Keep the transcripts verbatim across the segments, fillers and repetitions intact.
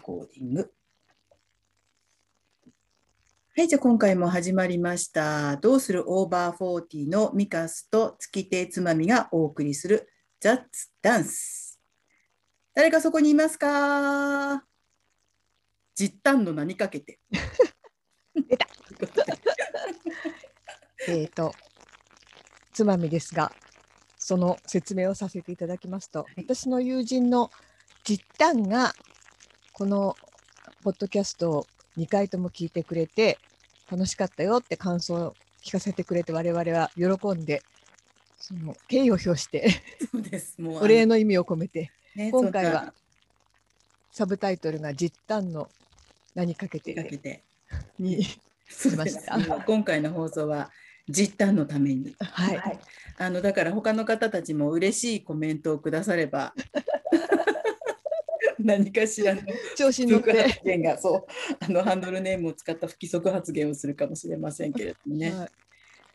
コーディング。はい、じゃあ今回も始まりました。どうするオーバーフォーティーのミカスと月亭つまみがお送りする雑ダンス。誰かそこにいますか？実弾の名にかけて。 出た。えっと、つまみですが、その説明をさせていただきますと、はい、私の友人の実弾がこのポッドキャストをにかいとも聞いてくれて楽しかったよって感想を聞かせてくれて、我々は喜んでその敬意を表してそうです、もうお礼の意味を込めて、 ね、 今回はサブタイトルが実弾の名にかけてにしました。 今回の放送は実弾のために、 はい、 あのだから他の方たちも嬉しいコメントをくだされば何かしらの調子に乗って発言がそうあのハンドルネームを使った不規則発言をするかもしれませんけれどもね。はい、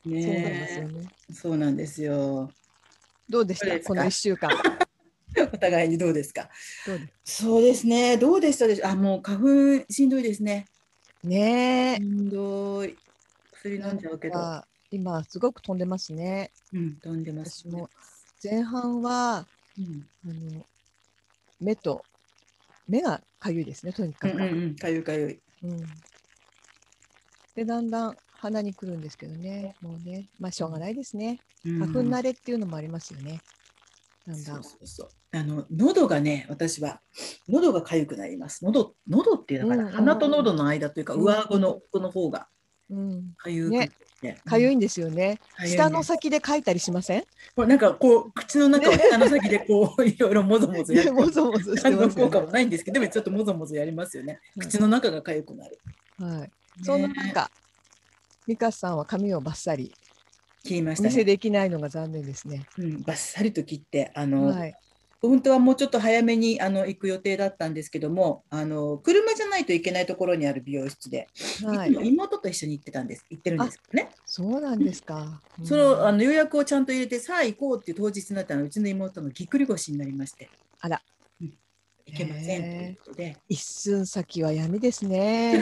ね、そうなんですよね。そうなんですよ。 どうでしたこのいっしゅうかん？ お互いにどうですか？どうです？そうですね。どうでしたでしょう。あ、もう花粉しんどいですね。 ねえ。 しんどい。薬飲んじゃうけど。 今すごく飛んでますね。 うん、飛んでます、ね。 私も前半は、うん、あの目と目がかゆいですね、とにかく。 うんうんうん、かゆいかゆい。うん、 でだんだん鼻にくるんですけどね、もうね、まあしょうがないですね。うん、花粉慣れっていうのもありますよね。だんだん。 そうそうそう。あの喉がね、私は喉がかゆくなります。喉喉っていうのかな、うんうん、鼻と喉の間というか、上顎のこの方がかゆくて、かゆいんですよね。舌の先でかいたりしません？ なんかこう口の中を舌の先でこういろいろもぞもぞやる。 もぞもぞしてます。 効果もないんですけど、でもちょっともぞもぞやりますよね。口の中がかゆくなる。 はい。そんな中、ミカさんは髪をバッサリ切りましたね。 お見せできないのが残念ですね。 うん、バッサリと切って、あの、はい、本当はもうちょっと早めにあの行く予定だったんですけども、あの車じゃないといけないところにある美容室で、はい、妹と一緒に行ってたんです、行ってるんですね。 そうなんですか。 うん、そのあの予約をちゃんと入れて、さあ行こうっていう当日になったのうちの妹のぎっくり腰になりまして。 あら、 うん、行けませんということで。 一寸先は闇ですね。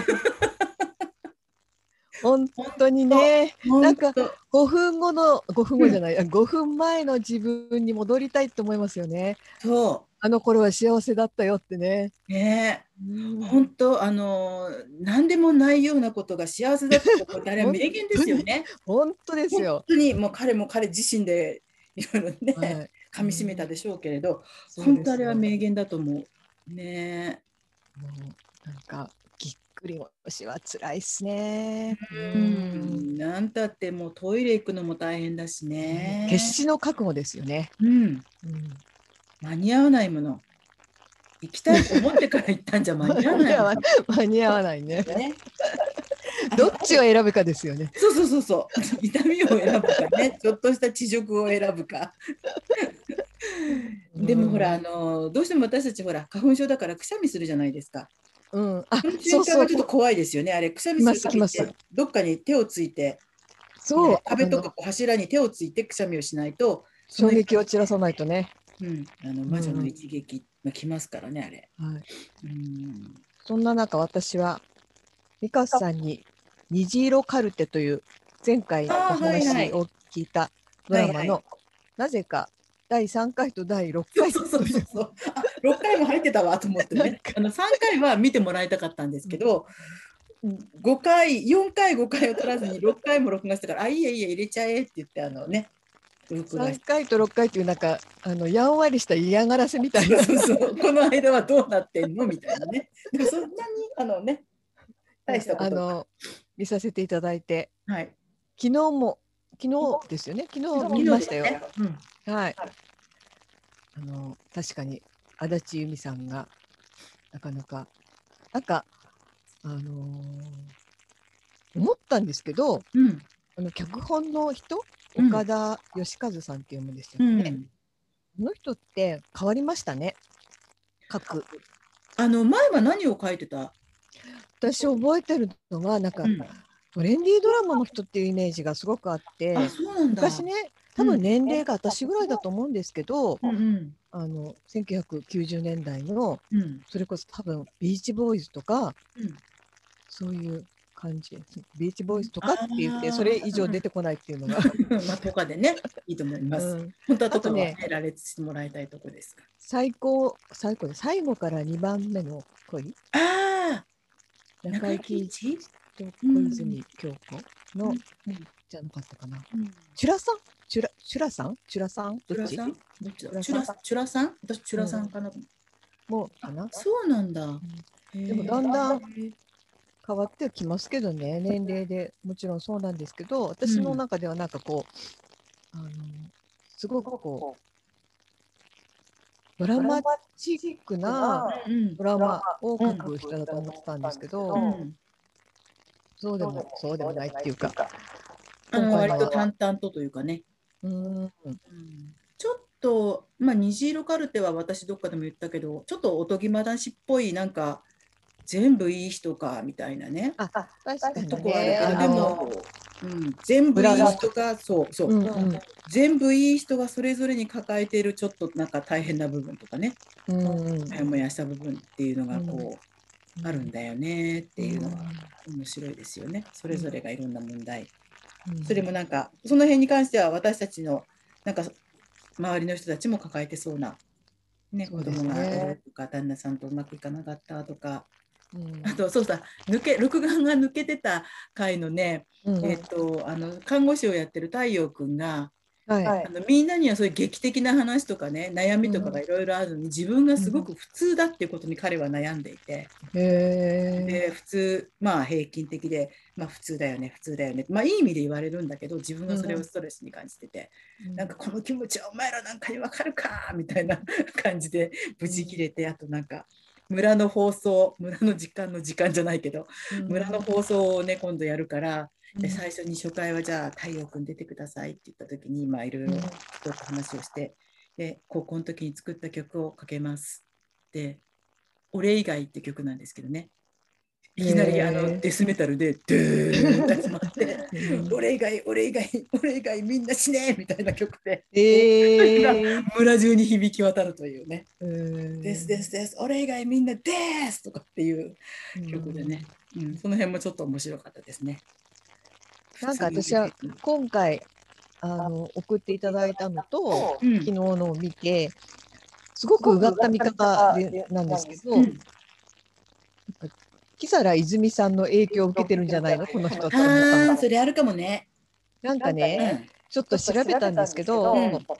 本当にね、なんかごふんごのごふんごじゃない、うん、ごふんまえの自分に戻りたいと思いますよね。 そう。 あの頃は幸せだったよってね。 ねえ、うん、本当あの何でもないようなことが幸せだったことってあれは名言ですよね。 本当ですよ。 本当にもう彼も彼自身でいろいろね、はい、噛み締めたでしょうけれど、うん、本当あれは名言だと思う。ねえ。 もうなんかぎっくり腰は辛いっすね。 うん、なんたってもうトイレ行くのも大変だしね。 決死の覚悟ですよね。 うん。うん、間に合わないもの。行きたいと思ってから行ったんじゃ間に合わないもの。 間に合わないね。ねどっちを選ぶかですよね。 そうそうそうそう。痛みを選ぶかね、ちょっとした恥辱を選ぶか。でもほら、あのどうしても私たちほら花粉症だからくしゃみするじゃないですか。うん、あ、その瞬間がちょっと怖いですよね。あれくしゃみする時ってどっかに手をついて、そう、ね、壁とか柱に手をついてくしゃみをしないと衝撃を散らさないとね。 うん、あの魔女の一撃が来ますからね、あれ。はい、 うん、そんな中私はミカさんに虹色カルテという前回お話を聞いたドラマのなぜかだいさんかいとだいろっかいそうそうそうそうあろっかいも入ってたわと思ってねあのさんかいは見てもらいたかったんですけど、ごかいよんかいごかいを取らずにろっかいも録画したからあいいえいいえ入れちゃえって言ってあのねさんかいとろっかいっていうなんかあのやんわりした嫌がらせみたいなそうそうそうこの間はどうなってんのみたいなねでもそんなにあのね大したことあの見させていただいて、 はい、 昨日も昨日ですよね昨日見ましたよ、ねうん、はい、あの確かに足立由美さんがなかなかなんかあのー、思ったんですけど、うん、あの脚本の人、うん、岡田義和さんっていうんですよね、うん、この人って変わりましたね。書くあの前は何を書いてた？ 私覚えてるのはなんか、うん、トレンディードラマの人っていうイメージがすごくあって、 あ、そうなんだ。 昔ね多分年齢が私ぐらいだと思うんですけど、 うんうん、 あのせんきゅうひゃくきゅうじゅうねんだいの、 うん、 それこそ多分ビーチボーイズとか、 うん。 そういう感じ、ビーチボーイズとあかって言ってそれ以上出てこないっていうのが、 あ、まあ、とかでね、いいと思います。 うん、 本当はとかはあとね、 ね、羅列してもらいたいとこですが。 最高最高で最後からにばんめの恋、 ああ、中井中井貴貴一。 一と小うん、 泉京子うん、 のうん、 じゃなかったかな。 うん。 チュラさんチュラチュラさんチュラさんどっち？ チュラさんどっちだチュラさんチュラ、チュラさん私、チュラさんかなと思って。 もうかあ、 な。 そうなんだ。 うんでもへえ。 だんだん変わってきますけどね、年齢でもちろんそうなんですけど、私のうん。 中ではなんかこう、あのすごくこう、ドラマチックなうん。 ドラマをうん。 書く人だと思ってたんですけど、 うん。 そうでも、そうでもないっていうか、 あの、割と今回のは、 淡々とというかね。 うーん、 うん、ちょっと、まあ、虹色カルテは私どっかでも言ったけど、ちょっとおとぎ話っぽい、なんか、全部いい人か、みたいなね、 あ、確かとにね、 こあるけど、でも、 あの、 うん、全部いい村の、 人が、そうそう、 うんうん、 全部いい人がそれぞれに抱えているちょっとなんか大変な部分とかね、 うんうん、 もやもやした部分っていうのうん、 がこう、あるんだよねってうん、 いうのは面白いですよね。それぞれがいろんな問題。 うん、 それもなんか、その辺に関しては私たちの、なんか、周りの人たちも抱えてそうな、ね、 そうです子供がいね。 るとか、旦那さんとうまくいかなかったとか、 うん、 あと、そうさ、抜け、録画が抜けてた回のね、 うん、 えっと、あの、看護師をやってる太陽くんが、 はい、 あのみんなにはそういう劇的な話とかね、悩みとかうん、 がいろいろあるのに、自分がうん、 すごく普通だっていうことに彼は悩んでいて、 へえ、 で、普通、まあ平均的で、まあ普通だよね、普通だよね。まあいい意味で言われるんだけど、自分がそれをうん、 ストレスに感じてて、 うん、 なんかこの気持ちはお前らなんかにわかるかみたいな感じでブチ切れて、あとなんか、村の放送、村の時間の時間じゃないけど、 うん、 村の放送をね、今度やるから、でうん、 最初に初回はじゃあ太陽君出てくださいって言った時に、まあいろいろちょっと話をして、で、高校の時に作った曲をかけます。で、俺以外って曲なんですけどね。いへきなりあのえ、 デスメタルでドゥーンって始まって、 うん、 俺以外、俺以外、俺以外みんな死ねみたいな曲で、がえー、 村中に響き渡るというね。 うですん、 ですです、俺以外みんなですとかっていううん、 曲でね、うん、その辺もちょっと面白かったですね。普なんか通の私は曲。 今回あの送っていただいたのとうん、 昨日のを見てすごくうがった見方でなんですけど、 うん。 なんか木更泉さんの影響を受けてるんじゃないのこの人って思ったの。 ああ、それあるかもね。 なんかね、 うん、 ちょっと調べたんですけうど、 ん、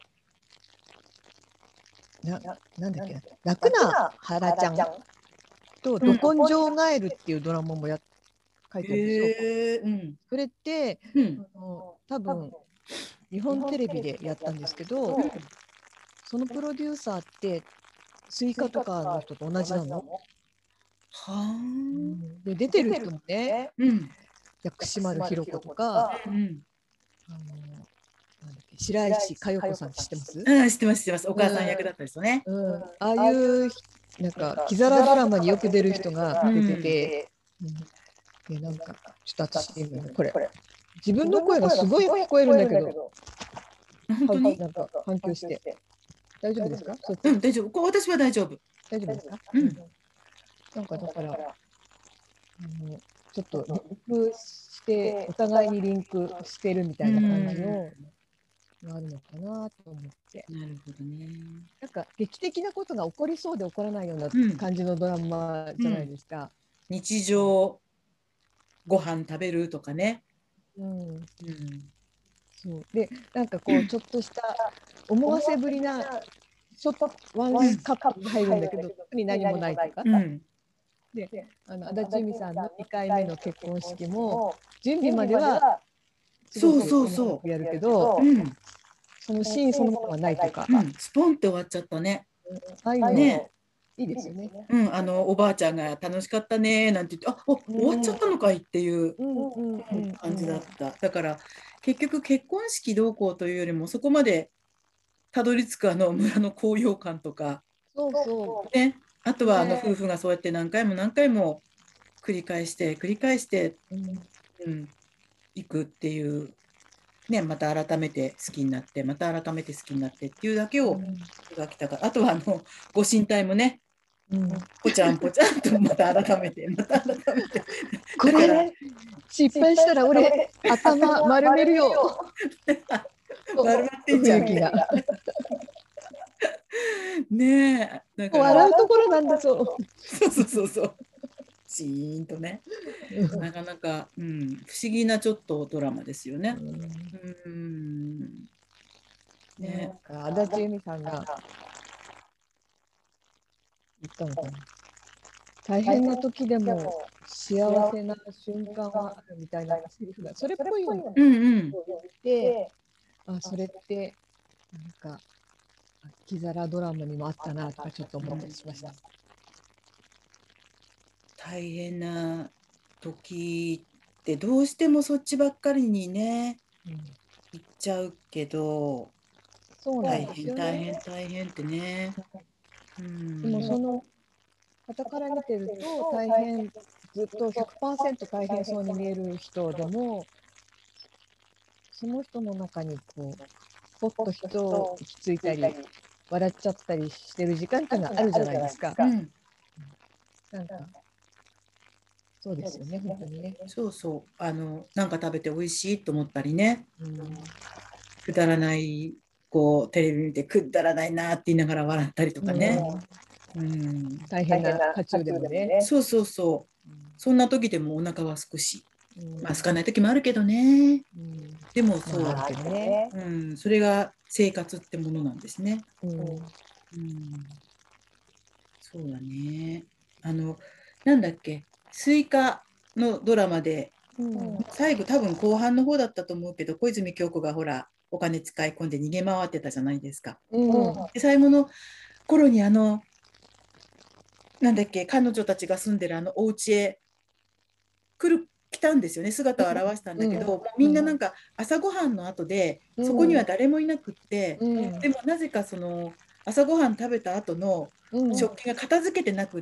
ななんだっけな、楽な原ちゃんとうん。 ど根性ガエルっていうドラマもや書いてるんですよ。 へえ、うん、 それってうん、 あの多分日本テレビでやったんですけど、 うん。 そのプロデューサーってスイカとかの人と同じなの。 はあ、 うん、で出てる人もね、 うん、 薬師丸ひろ子とか、 うん、 あのなんだっけ白石佳代子さんって知ってます？ うん、知ってます、知ってます。お母さん役うんだったですよね。 うん、ああいうなんかキザラドラマによく出る人が出てうん。 て、うん、でなんかちょっと私今ねこれ自分の声がすごい聞こえるんだけど、は本当に。 なんか反響して大丈夫ですか？そっちうん、大丈夫。こ私は大丈夫。 大丈夫ですか？ うん。 うん、なんかだからあのちょっとリンクしてお互いにリンクしてるみたいな感じのがあるのかなと思って。 なるほどね。 なんか劇的なことが起こりそうで起こらないようなうん。 感じのドラマじゃないうん。 ですか。 日常ご飯食べるとかね。 うん、 うん。 そうでなんかこうちょっとした思わせぶりなちょっとワンうん。 カップ入るんだけど特に何もないとかうん。 で、あの足立由美さんのにかいめの結婚式も準備まではすごそうく細かそうそくやるけどう。うん。 そのシーンそのものはないとか、 うん。スポンって終わっちゃったね。 ああいうのね。 いいですよね。 うん。あの、おばあちゃんが楽しかったねなんて言って、あ、お、終わっちゃったのかいっていううんうんうん感じだった。だから、結局結婚式どうこうというよりも、そこまでたどり着くあの村の高揚感とか、 そうそね、あとう。 はあのね。 夫婦がそうやって何回も何回も繰り返して繰り返して、 うんうん、いくっていうね、また改めて好きになってまた改めて好きになってっていうだけを描きたかった。あとはあのご神体もね、うん、ぽちゃんぽちゃんとまた改めてまた改めてこれ失敗したら俺頭丸めるよ丸まってんじゃんねえ、 だから笑うところなんだぞ。 そうそうそうそうシーンとね、なかなか、うん、不思議なちょっとドラマですよね。うん、 ね、なんか足立由美さんが言ったのかな。大変な時でも幸せな瞬間はあるみたいなセリフがそれっぽいのを言って、あ、それってなんかキザラドラマにもあったなとかちょっと思ったりしました。 大変な時ってどうしてもそっちばっかりにね、うん、言っちゃうけど、そうなんですよね、大変大変大変ってね。 うん、でもその傍から見てると大変ずっと ひゃくパーセント 大変そうに見える人でもその人の中にこうぽっと人を引きついたり笑っちゃったりしてる時間っていうのはあるじゃないですか。うん、なんかそうですよね、本当にね。 そうそう、あのなんか食べて美味しいと思ったりね、うん、くだらないこうテレビ見てくだらないなって言いながら笑ったりとかね、うん、うん、 大変な渦中でもね。 そうそうそう、うん、そんな時でもお腹は少し、うん、まあ空かない時もあるけどね、うん、でもそう、まあね、うん、それが生活ってものなんですね。うんうん、そうだね。あのなんだっけ、スイカのドラマで、うん、最後多分後半の方だったと思うけど、小泉今日子がほらお金使い込んで逃げ回ってたじゃないですか。うん、で最後の頃にあのなんだっけ、彼女たちが住んでるあのお家へ来る来たんですよね、姿を現したんだけど、うん、みんななんか朝ごはんの後で、うん、そこには誰もいなくって、うん、でもなぜかその朝ごはん食べた後の食器が片付けてなくって、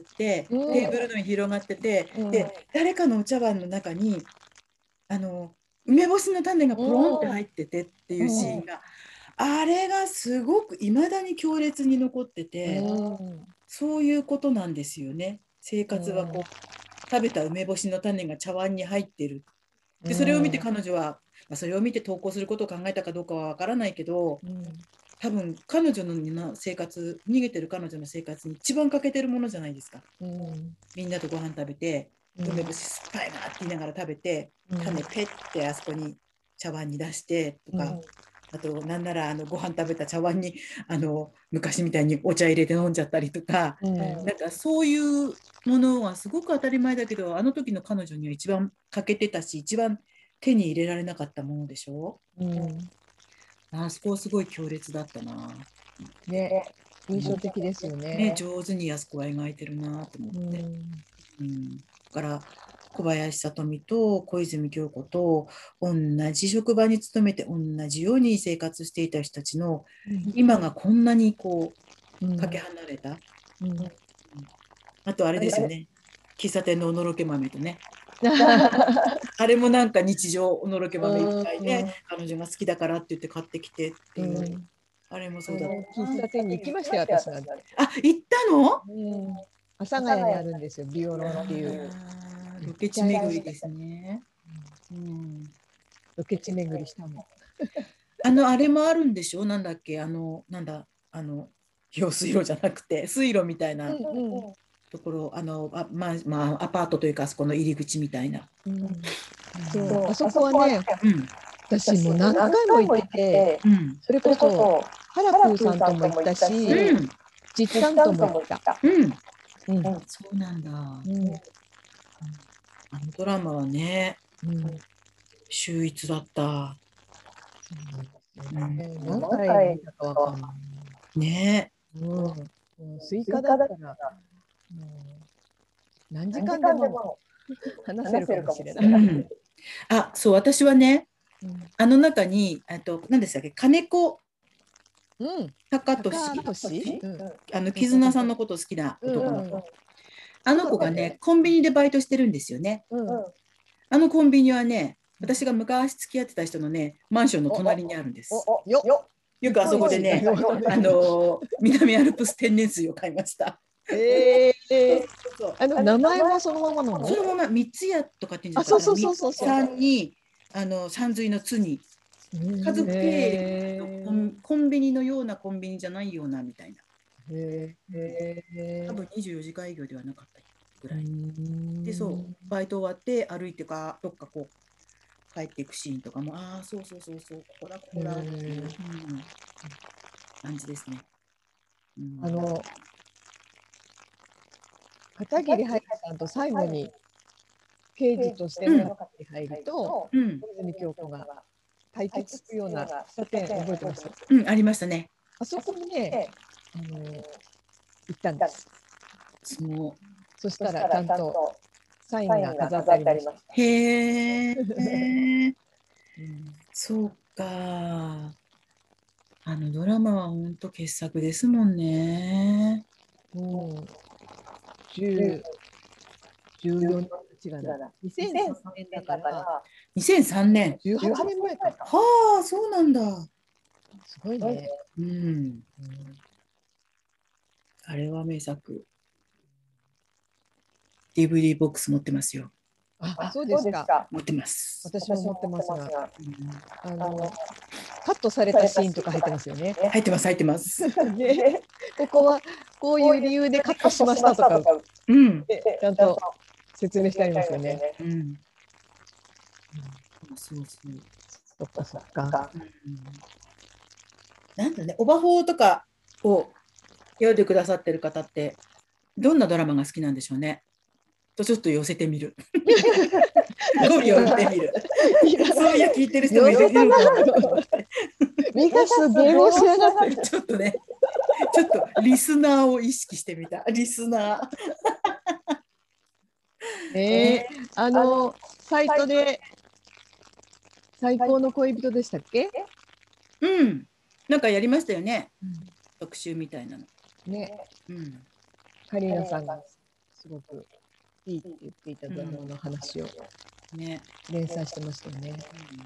うん、テーブルの上に広がってて、うん、で誰かのお茶碗の中にあの梅干しの種がポロンって入っててっていうシーンが、うん、あれがすごくいまだに強烈に残ってて、うん、そういうことなんですよね。生活はこう、うん、食べた梅干しの種が茶碗に入ってる。でそれを見て彼女は、まあ、それを見て投稿することを考えたかどうかはわからないけど、うん、多分彼女の生活、逃げてる彼女の生活に一番欠けてるものじゃないですか。うん、みんなとご飯食べて、梅干し酸っぱいなって言いながら食べて、うん、種ペッてあそこに茶碗に出してとか、うん、あとなんならあのご飯食べた茶碗にあの昔みたいにお茶入れて飲んじゃったりとか、うん、なんかそういうものはすごく当たり前だけど、あの時の彼女には一番欠けてたし、一番手に入れられなかったものでしょ。うん、あそこはすごい強烈だったな。 ね、印象的ですよね。 ね、上手にあそこは描いてるなと思って。うん、うん、だから小林聡美と小泉今日子と同じ職場に勤めて同じように生活していた人たちの、うん、今がこんなにこうかけ離れた、うんうん、あとあれですよね、喫茶店のおのろけ豆とねあれもなんか日常おのろけ豆いっぱいね、彼女が好きだからって言って買ってきてっていう、うん、あれもそうだった。 喫茶店に行きましたよ、私なんて。 あ、行ったの？ うん、阿佐ヶ谷にあるんですよ、ビオロンっていう。 ロケ地巡りですね。 うん、ロケ地巡りしたの。 あのあれもあるんでしょ？なんだっけ、あのなんだあの用水路じゃなくて水路みたいなところ、うんうん、あのあまあまあアパートというかあそこの入り口みたいな。うん、 そうあそこはね、うん、私も何回も行ってて、うん、それこそハラプーさんとも行ったし、うん、実さんとも行った。 うんうん、そうなんだ。うん、あのドラマはね、うん、秀逸だった。 うん、何回見たかわかんない。ねえ。うん。スイカだったら、もう何時間でも話せるかもしれない。うん、 あ、そう、私はね、うん、あの中に、あと、何でしたっけ、金子貴俊、うん、あの、絆さんのこと好きな男の子。うんうん、あの子がね、コンビニでバイトしてるんですよね。うん、あのコンビニはね、 私が昔付き合ってた人のね、マンションの隣にあるんです。 おおよよくあそこでね、あの南アルプス天然水を買いました。 ええ、あの名前もそのままなの？ そのまま三つ屋とかって言うんあ、 ですか。 そうそうそうそう。 三にあの山水の津に家族経営のコンビニのようなコンビニじゃないようなみたいな。 へえ。 多分にじゅうよじかん営業ではなかったぐらい。で、そうバイト終わって歩いてかどっかこう帰っていくシーンとかも、ああそうそうそうそうここだここだっていう、うん、感じですね。 うん、あの片桐はいさんと最後に刑事としての中に入ると、うん、小泉京子が対決するような喫茶店覚えてます？ うん、ありましたね。 あそこにね、あの行ったんです。 そう。 そしたらちゃんとサインが飾ってありました。 へえ。うん、そうか。あのドラマは本当傑作ですもんね。 うん。十、十四年違うな。二千三年だから。 二千三年。 十八年前か。 はあ、そうなんだ。 すごいね。 うん。うん、あれは名作。ディーブイディー ボックス持ってますよ。 あ、そうですか。 持ってます。 私も持ってますが、あのカットされたシーンとか入ってますよね。 入ってます入ってます。 ね、ここはこういう理由でカットしましたとか、うん、ちゃんと説明してありますよね。うん。 そうそう。 そっかそっか。 なんだね、オバフォーとかを読んでくださってる方ってどんなドラマが好きなんでしょうね。とちょっと寄せてみる。語尾を言ってみる。そういや聞いてる人もいるのかなと思って。 ミカス芸能知らなかった。 ちょっとね、ちょっとリスナーを意識してみた。リスナー。 えー、あのサイトで最高の恋人でしたっけ？ うん。なんかやりましたよね。うん、特集みたいなの。 ね。うん。カリーナさんがすごくいいって言っていたドラマの話を、うん、ね連載してましたよね。うん、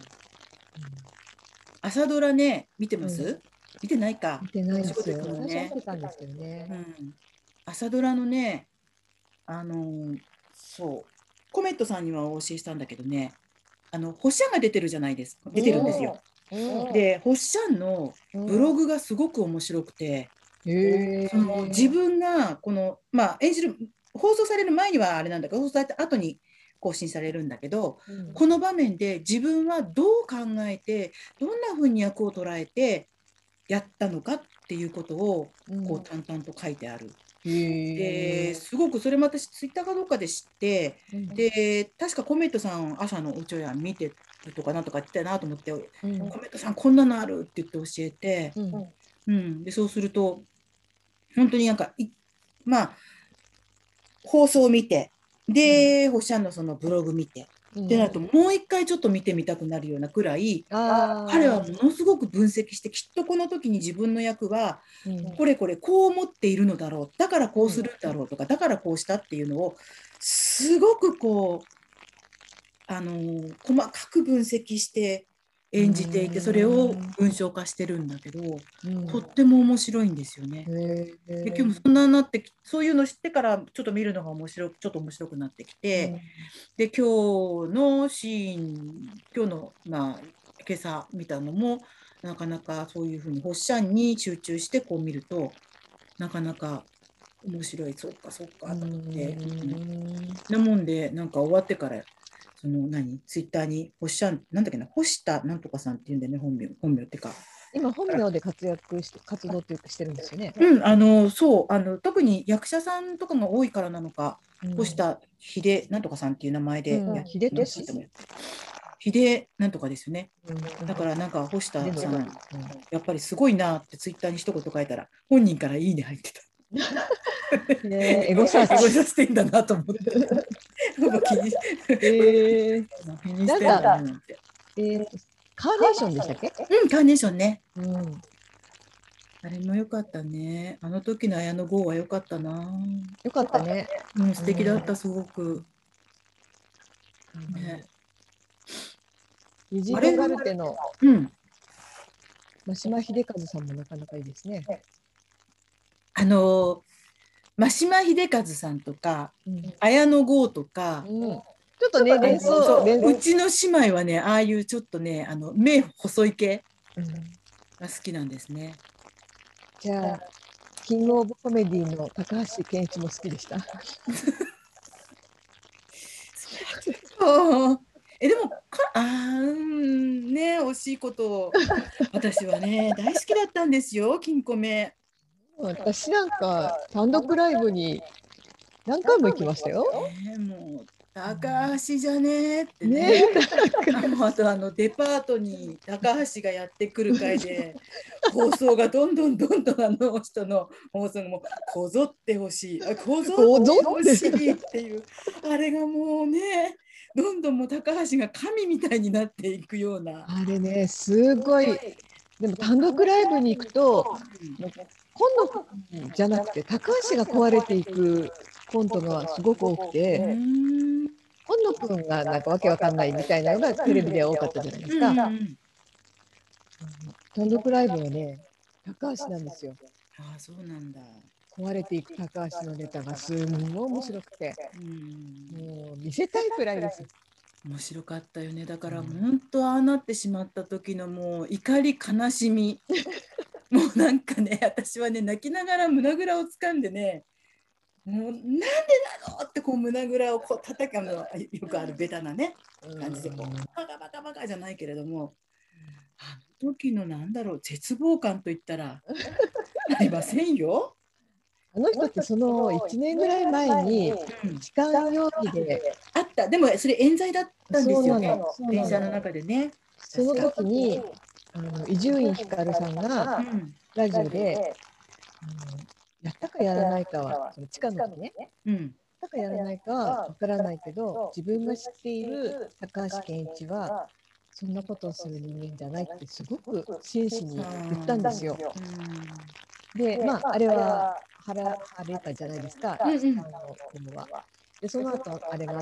朝ドラね見てます？うん、見てないか。 見てないですよ。私は見てたんですけどね。 うん、朝ドラのね、あのー、そうコメットさんにはお教えしたんだけどね、あの星ゃんが出てるじゃないですか。出てるんですよ。うん、で星ゃんのブログがすごく面白くて、うん、その自分がこのまあ演じる放送される前にはあれなんだけど、放送された後に更新されるんだけど、うん、この場面で自分はどう考えてどんな風に役を捉えてやったのかっていうことをこう淡々と書いてある。うん、ですごくそれも私ツイッターかどっかで知って、うん、で確かコメットさん朝のおちょや見てるとかなんとか言ってたなと思って、うん、コメットさんこんなのあるって言って教えて、うんうん、でそうすると本当になんかまあ放送を見てで、うん、星ちゃんのそのブログ見て、うん、ってなるともう一回ちょっと見てみたくなるようなくらい、彼はものすごく分析してきっとこの時に自分の役は、うん、これこれこう思っているのだろう、だからこうするんだろうとか、うん、だからこうしたっていうのをすごくこうあの細かく分析して演じていて、それを文章化してるんだけど、うん、とっても面白いんですよね。で今日もそんななってそういうの知ってからちょっと見るのが面白くちょっと面白くなってきて、うん、で今日のシーン今日のまあ今朝見たのもなかなかそういうふうに星ちゃんに集中してこう見るとなかなか面白い、そっかそっかと思って、うん、なもんでなんか終わってからその何ツイッターに星ちゃんなんだっけな星田なんとかさんっていうんでね、本名本名ってか今本名で活躍して活動っていうかしてるんですよね。 うん、あのそうあの特に役者さんとかが多いからなのか、うん、星田秀なんとかさんっていう名前でやって、うん、秀秀なんとかですよね、うん、だからなんか星田さん、うん、やっぱりすごいなってツイッターに一言書いたら本人からいいね入ってた。 ね、エゴサーチエゴサしてんだなと思って。気にしてんだななんて。 えー、カーネーションでしたっけ？ うん、カーネーションね。うん。あれも良かったね。あの時の綾野剛は良かったな。 良かったね。 うん、素敵だった、すごく。ね。 虹色ガルテのうん。 真島秀和さんもなかなかいいですね。 あの真島秀和さんとか、 うん、 綾野剛とか、 うん、ちょっとね連想、 そう連想うちの姉妹はね、ああいうちょっとね、あの目細い系うん、 が好きなんですね。 じゃあキングオブコメディの高橋健一も好きでした。 そうえでもかあーうんね、惜しいことを私はね大好きだったんですよ、金庫目。 私なんか単独ライブに何回も行きましたよ。 ね、もう高橋じゃねえってねね。あもうあとあのデパートに高橋がやってくる回で放送がどんどんどんどんあの人の放送がもうこぞってほしいあこぞってほしいっていうあれがもうねどんどんもう高橋が神みたいになっていくような。 あれねすごい。でも単独ライブに行くと、今野君じゃなくて高橋が壊れていくコントがすごく多くて、今野君がなんかわけわかんないみたいなのがテレビでは多かったじゃないですか。うんうん、単独ライブはね高橋なんですよ。 ああそうなんだ。 壊れていく高橋のネタがすんごい面白くて、うんもう見せたいくらいです。 面白かったよね。だから本当ああなってしまった時のもう怒り悲しみもうなんかね私はね泣きながら胸ぐらを掴んでねもうなんでなのってこう胸ぐらをこう叩くのよくあるベタなね感じでこうバカバカバカじゃないけれどもあの時のなんだろう絶望感といったらありませんよ。 あの人ってそのいちねんぐらい前に痴漢容疑で、 あったでもそれ冤罪だったんですよね電車の中でね。 その時にあの伊集院光さんがラジオで、うん、やったかやらないかはその痴漢の時ね、うん、やったかやらないかはわからないけど自分が知っている高橋健一はそんなことをする人間じゃないってすごく真摯に言ったんですよ。うん、でまああれは晴れたじゃないですか、痴漢の方は。でその後あれがあって、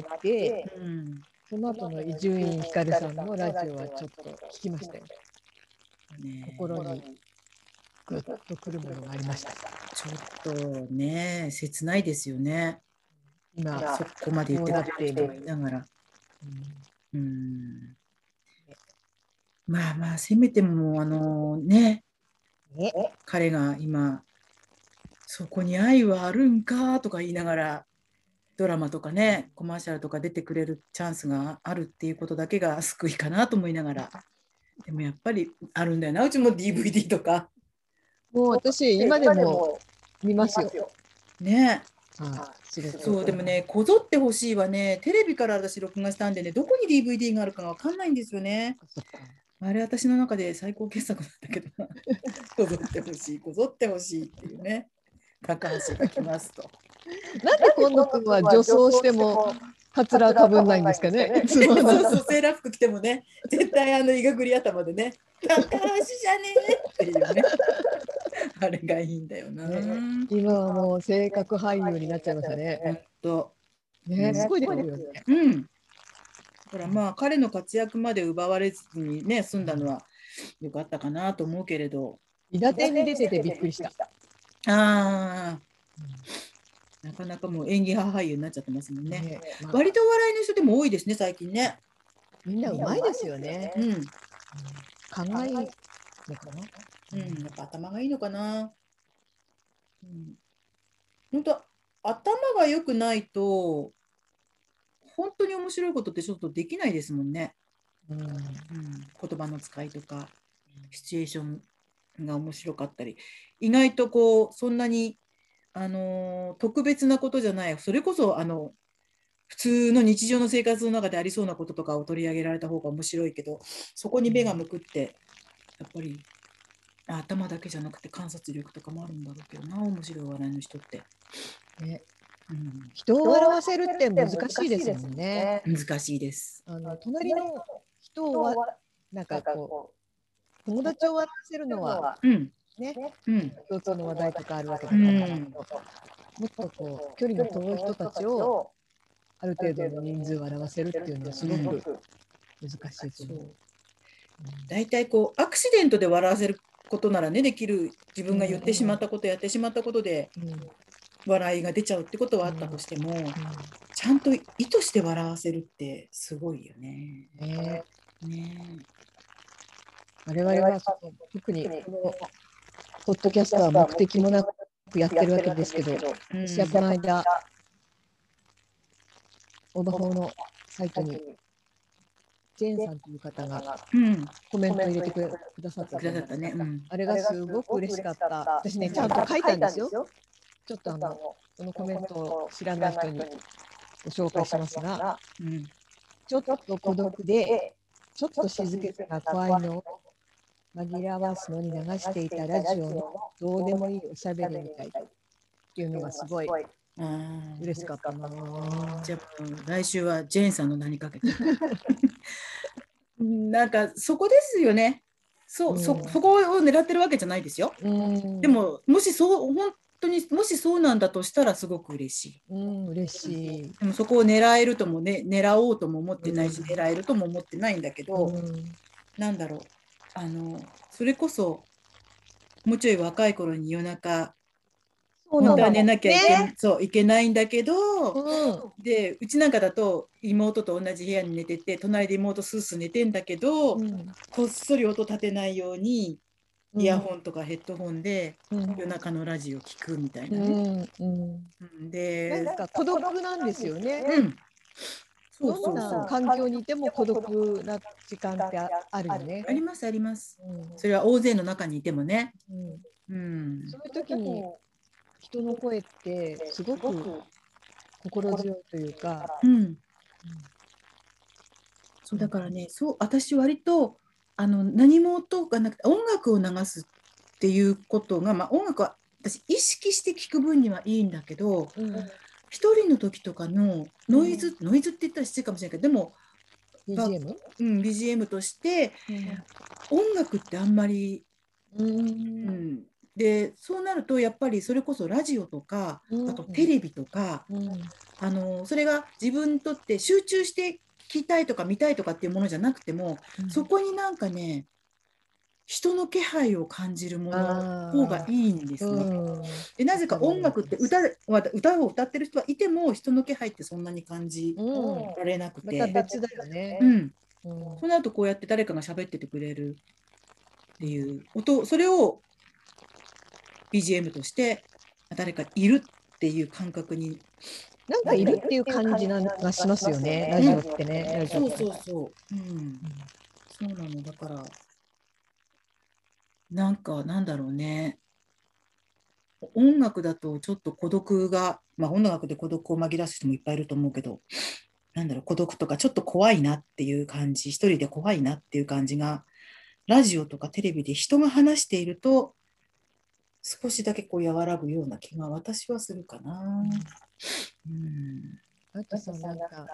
うん、その後の伊集院光さんのラジオはちょっと聞きましたよ。ね、心にグッとくるものがありました。 ちょっとね切ないですよね。今そこまで言ってくれる人がいながら。うん、うんまあまあせめてもあのねね彼が今そこに愛はあるんかとか言いながらドラマとかねコマーシャルとか出てくれるチャンスがあるっていうことだけが救いかなと思いながらでもやっぱりあるんだよなうちも ディーブイディー とかもう私今でも見ますよね。 あそうでもねこぞってほしいはねテレビから私録画したんでねどこに ディーブイディー があるかわかんないんですよね。あれ私の中で最高傑作なんだけどなこぞってほしいこぞってほしいっていうね高橋が来ますと。 なんで今野君は女装してもカツラかぶんないんですかね。 そうそうセーラー服着てもね絶対あのいがぐり頭でね高橋じゃねえっていうねあれがいいんだよな、ね、 今はもう性格俳優になっちゃいましたね。 ほんとね、すごいですよね。 うん。だからまあ彼の活躍まで奪われずにね済んだのはよかったかなと思うけれど。 伊達天に出ててびっくりした。 ああ。なかなかもう演技派俳優になっちゃってますもんね。ねまあ、割とお笑いの人でも多いですね最近ね。 みんなうまいですよね。うん。考えいいのかな。 うん、やっぱ頭がいいのかな。うん。本当頭が良くないと本当に面白いことってちょっとできないですもんね。うん、うん、言葉の使いとかシチュエーションが面白かったり意外とこうそんなに、あのー、特別なことじゃないそれこそあの普通の日常の生活の中でありそうなこととかを取り上げられた方が面白いけどそこに目が向くってやっぱり頭だけじゃなくて観察力とかもあるんだろうけどな面白い笑いの人って。ねうん、人を笑わせるって難しいですもんね。 難しいです。 あの隣の人をなんかこう友達を笑わせるのは、うん、ね、うん、共通の話題とかあるわけだから、うん、もっとこう距離の遠い人たちをある程度の人数を笑わせるっていうのはすごく難しいと思う。 だいたいこうアクシデントで笑わせることならね、できる、自分が言ってしまったこと、やってしまったことで笑いが出ちゃうってことはあったとしても、ちゃんと意図して笑わせるってすごいよね。ねね我々はその特にこのポッドキャストは目的もなくやってるわけですけど、私はこの間オーバーフォーのサイトにジェーンさんという方がコメントを入れてくださったじゃないですか。あれがすごく嬉しかった。私ね、ちゃんと書いたんですよ。ちょっとあの、このコメントを知らない人にご紹介しますが、うん、ちょっと孤独で、ちょっと静けさが怖いのを紛らわすのに流していたラジオのどうでもいいおしゃべりみたいっていうのがすごい嬉しかったな。 じゃあ来週はジェーンさんの名にかけて。なんかそこですよね。そう、うん、そ, そこを狙ってるわけじゃないですよ。うん、でももしそう本当にもしそうなんだとしたらすごく嬉しい。 うん、嬉しい。 でもそこを狙えるともね狙おうとも思ってないし、うん、狙えるとも思ってないんだけど、うん、なんだろうあのそれこそもうちょい若い頃に夜中本当は寝なきゃいけ、ね、そういけないんだけど、うん、でうちなんかだと妹と同じ部屋に寝てて隣で妹スースー寝てんだけど、うん、こっそり音立てないようにイヤホンとかヘッドホンで夜中のラジオ聞くみたいなね。うんうん、でなんか孤独なんですよね。うん、そうそうそう。どんな環境にいても孤独な時間ってあるよね。 ありますあります、うん。それは大勢の中にいてもね。 うんうん、そういう時に人の声ってすごく心強いというか、うんうん、 そうだからね、そう私割とあの何も音がなくて音楽を流すっていうことが、まあ、音楽は私意識して聞く分にはいいんだけど、うん、一人の時とかのノイズ、うん、ノイズって言ったら失礼かもしれないけど、でもビージーエム？ うん、ビージーエム として、うん、音楽ってあんまり、うんうん、でそうなるとやっぱりそれこそラジオとか、うん、あとテレビとか、うん、あのそれが自分にとって集中して聞きたいとか見たいとかっていうものじゃなくても、うん、そこになんかね人の気配を感じるものの方がいいんですね。でなぜか音楽って歌歌を歌ってる人はいても人の気配ってそんなに感じられなくて、 うん、また別だよね。 うん、そうなるとこうやって誰かが喋っててくれるっていう音、それを ビージーエム として誰かいるっていう感覚になんかいるっていう感じがしますよね、ラジオってね。 うん、そうそうそう、うん、そうなのだからなんかなんだろうね。音楽だとちょっと孤独が、まあ音楽で孤独を紛らわす人もいっぱいいると思うけど、なんだろう孤独とかちょっと怖いなっていう感じ、一人で怖いなっていう感じがラジオとかテレビで人が話していると少しだけこう和らぐような気が私はするかな。 うん、あとさ、なんか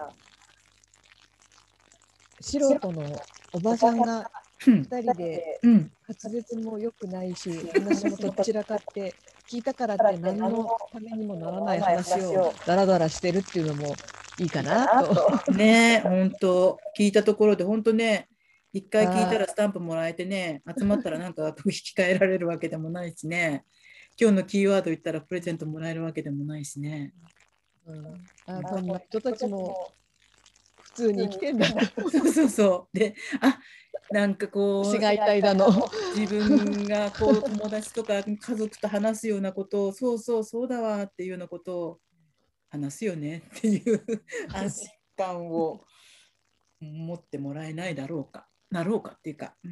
素人のおばさんがふたりで、うん、滑舌も良くないし話もとっちらかって聞いたからって何のためにもならない話をダラダラしてるっていうのもいいかなと。 ね、本当聞いたところで本当ね、一回聞いたらスタンプもらえてね、集まったらなんか引き換えられるわけでもないしね、今日のキーワード言ったらプレゼントもらえるわけでもないしね。 うん、あ、こんな人たちも普通に生きてんだ。 そうそうそう。で、あ、なんかこう、 私が一体だの。 自分がこう友達とか家族と話すようなことを、そうそうそうだわっていうようなことを話すよねっていう安心感を持ってもらえないだろうか、なろうかっていうか、うん、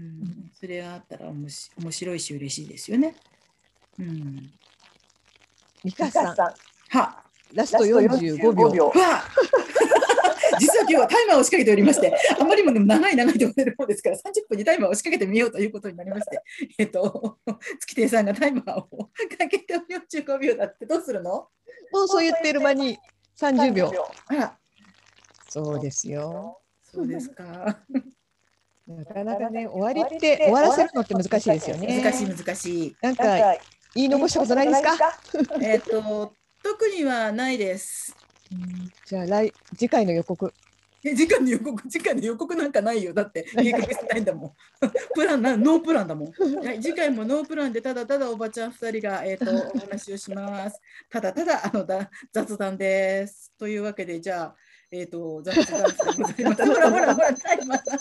それがあったらおもし面白いし嬉しいですよね。うん。 ミカさん。 は。 ラストよんじゅうごびょう。 わ実は今日はタイマーを仕掛けておりまして、あまりにも長い長いと思ってるものですから、さんじゅっぷんにタイマーを仕掛けてみようということになりまして、えっと、月亭さんがタイマーをかけてよんじゅうごびょうだってどうするの？ もうそう言ってる間にさんじゅうびょう。 あら。 そうですよ。 そうですか。 なかなかね、終わりって終わらせるのって難しいですよね。 難しい難しい。 なんか言い残したことないですか？ えっと特にはないです。 じゃあ来次回の予告。 え、次回の予告、次回の予告なんかないよ。だって計画してないんだもん。プランな、ノープランだもん。はい、次回もノープランでただただおばちゃんふたりが、えー、とお話をします。ただただあのだ雑談です。というわけで、じゃあ、えー、と雑談でございます。ほらほらほら、タイマー。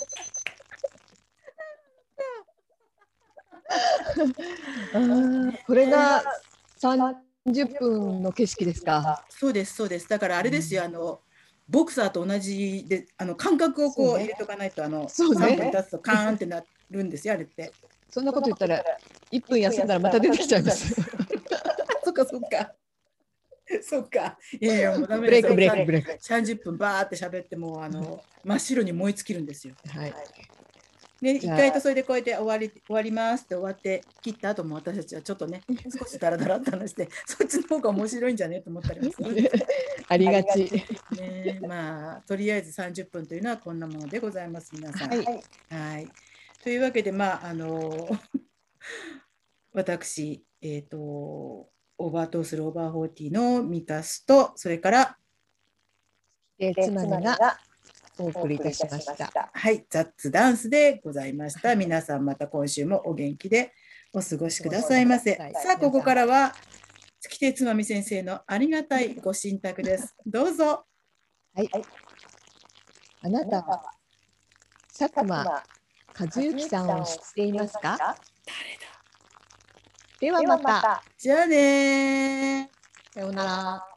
あこれがさんじゅっぷんの景色ですか。 そうです、そうです。だからあれですよ、あのボクサーと同じで、あの感覚をこう入れとかないと、あのそうねさんぷん経つとカーンってなるんですよ、あれって。 そんなこと言ったらいっぷん休んだらまた出てきちゃいます。 そっかそっか。そっか。いやいや、もうダメブレイです。 クブレイクブレイク。 さんじゅっぷんバーって喋ってもあの真っ白に燃え尽きるんですよ。 はい。 で、一回とそれでこうやって終わり終わりますって終わって切った後も私たちはちょっとね、少しダラダラって話して、そっちの方が面白いんじゃねと思ったりもするんですけど。 ありがち。 ね、まあとりあえずさんじゅっぷんというのはこんなものでございます、皆さん。 はい。 はい。というわけで、まああの私、えっ、とオーバートースルオーバーフォーティーのミカスと、それからで妻がお送りいたしました。 はい、ザッツダンスでございました。皆さんまた今週もお元気でお過ごしくださいませ。さあ、ここからは月手つまみ先生のありがたいご神託です。どうぞ。 はい。あなたは佐久間和之さんを知っていますか？ 誰だ？ ではまた。 じゃあねー。 さようなら。